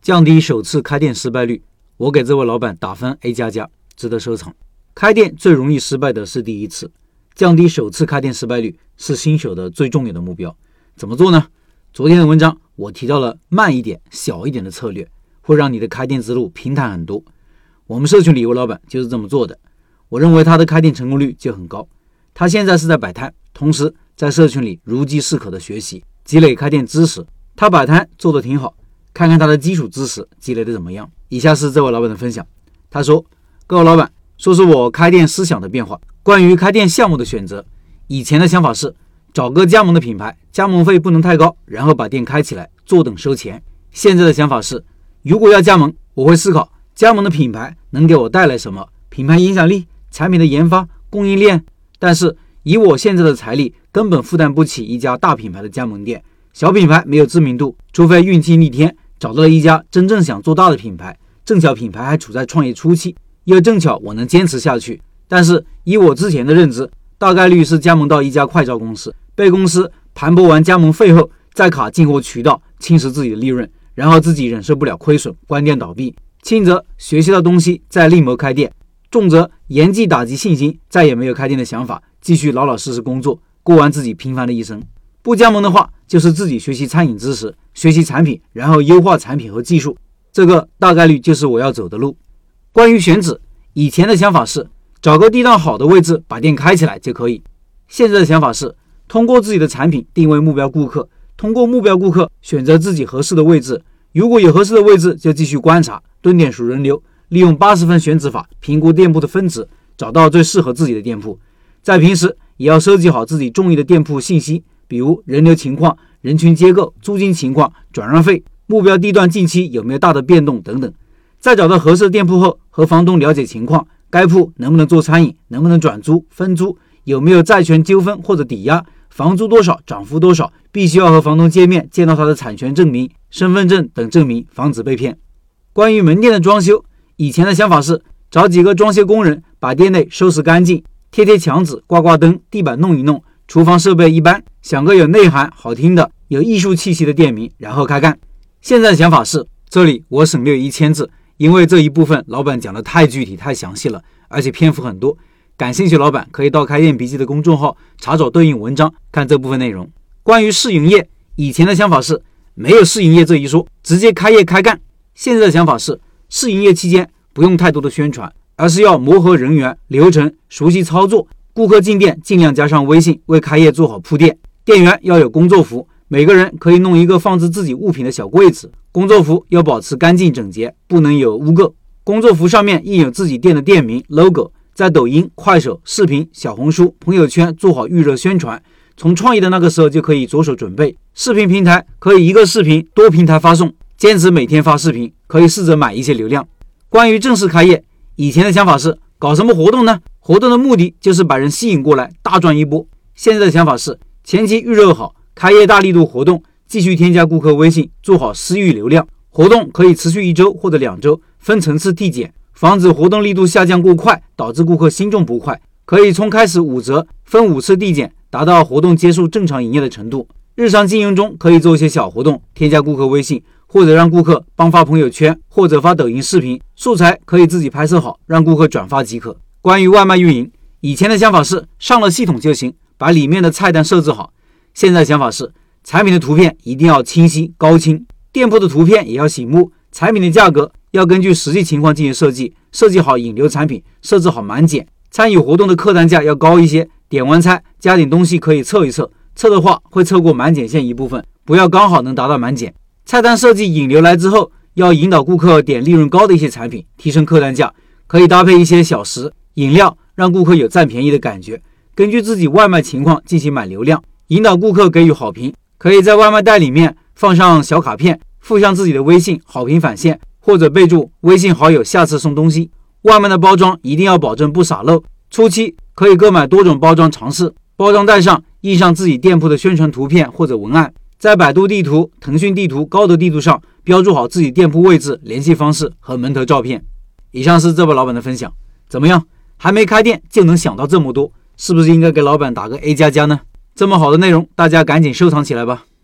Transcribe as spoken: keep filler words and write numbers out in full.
降低首次开店失败率，我给这位老板打分 A 加加，值得收藏。开店最容易失败的是第一次，降低首次开店失败率是新手的最重要的目标。怎么做呢？昨天的文章我提到了慢一点、小一点的策略，会让你的开店之路平坦很多。我们社群里有位老板就是这么做的，我认为他的开店成功率就很高。他现在是在摆摊，同时在社群里如饥似渴的学习，积累开店知识。他摆摊做得挺好，看看他的基础知识积累的怎么样。以下是这位老板的分享。他说：各位老板，说说我开店思想的变化。关于开店项目的选择，以前的想法是找个加盟的品牌，加盟费不能太高，然后把店开起来，坐等收钱。现在的想法是，如果要加盟，我会思考加盟的品牌能给我带来什么，品牌影响力、产品的研发、供应链。但是以我现在的财力，根本负担不起一家大品牌的加盟店，小品牌没有知名度，除非运气逆天找到了一家真正想做大的品牌，正巧品牌还处在创业初期，又正巧我能坚持下去。但是以我之前的认知，大概率是加盟到一家快招公司，被公司盘剥完加盟费后，再卡进货渠道，侵蚀自己的利润，然后自己忍受不了亏损，关店倒闭。轻则学习到东西再另谋开店，重则严厉打击信心，再也没有开店的想法，继续老老实实工作，过完自己平凡的一生。不加盟的话，就是自己学习餐饮知识，学习产品，然后优化产品和技术，这个大概率就是我要走的路。关于选址，以前的想法是找个地段好的位置把店开起来就可以，现在的想法是通过自己的产品定位目标顾客，通过目标顾客选择自己合适的位置，如果有合适的位置就继续观察，蹲点数人流，利用八十分选址法评估店铺的分值，找到最适合自己的店铺。在平时也要收集好自己中意的店铺信息，比如人流情况、人群结构、租金情况、转让费、目标地段近期有没有大的变动等等。在找到合适的店铺后，和房东了解情况，该铺能不能做餐饮，能不能转租、分租，有没有债权纠纷或者抵押，房租多少，涨幅多少，必须要和房东见面，见到他的产权证明、身份证等证明，防止被骗。关于门店的装修，以前的想法是找几个装修工人把店内收拾干净，贴贴墙纸，挂挂灯，地板弄一弄，厨房设备一般，想个有内涵、好听的、有艺术气息的店名，然后开干。现在的想法是，这里我省略一千字，因为这一部分老板讲的太具体太详细了，而且篇幅很多，感兴趣老板可以到开店笔记的公众号查找对应文章看这部分内容。关于试营业，以前的想法是没有试营业这一说，直接开业开干。现在的想法是试营业期间不用太多的宣传，而是要磨合人员流程，熟悉操作，顾客进店尽量加上微信，为开业做好铺垫。店员要有工作服，每个人可以弄一个放置自己物品的小柜子，工作服要保持干净整洁，不能有污垢。工作服上面印有自己店的店名 logo， 在抖音、快手、视频、小红书、朋友圈做好预热宣传。从创业的那个时候就可以着手准备，视频平台可以一个视频多平台发送，坚持每天发视频，可以试着买一些流量。关于正式开业，以前的想法是搞什么活动呢？活动的目的就是把人吸引过来，大赚一波。现在的想法是前期预热好，开业大力度活动，继续添加顾客微信，做好私域流量。活动可以持续一周或者两周，分层次递减，防止活动力度下降过快，导致顾客心中不快。可以从开始五折，分五次递减，达到活动结束正常营业的程度。日常经营中可以做一些小活动，添加顾客微信，或者让顾客帮发朋友圈，或者发抖音视频，素材可以自己拍摄好，让顾客转发即可。关于外卖运营，以前的想法是上了系统就行，把里面的菜单设置好。现在想法是产品的图片一定要清晰高清，店铺的图片也要醒目，产品的价格要根据实际情况进行设计，设计好引流产品，设置好满减。参与活动的客单价要高一些，点完菜加点东西可以测一测，测的话会测过满减线一部分，不要刚好能达到满减。菜单设计引流来之后，要引导顾客点利润高的一些产品，提升客单价，可以搭配一些小食饮料，让顾客有占便宜的感觉。根据自己外卖情况进行买流量，引导顾客给予好评，可以在外卖袋里面放上小卡片，附上自己的微信，好评返现，或者备注微信好友下次送东西。外卖的包装一定要保证不洒漏，初期可以购买多种包装尝试，包装袋上印上自己店铺的宣传图片或者文案，在百度地图、腾讯地图、高德地图上标注好自己店铺位置、联系方式和门头照片。以上是这位老板的分享，怎么样？还没开店就能想到这么多，是不是应该给老板打个 A 加加呢？这么好的内容，大家赶紧收藏起来吧。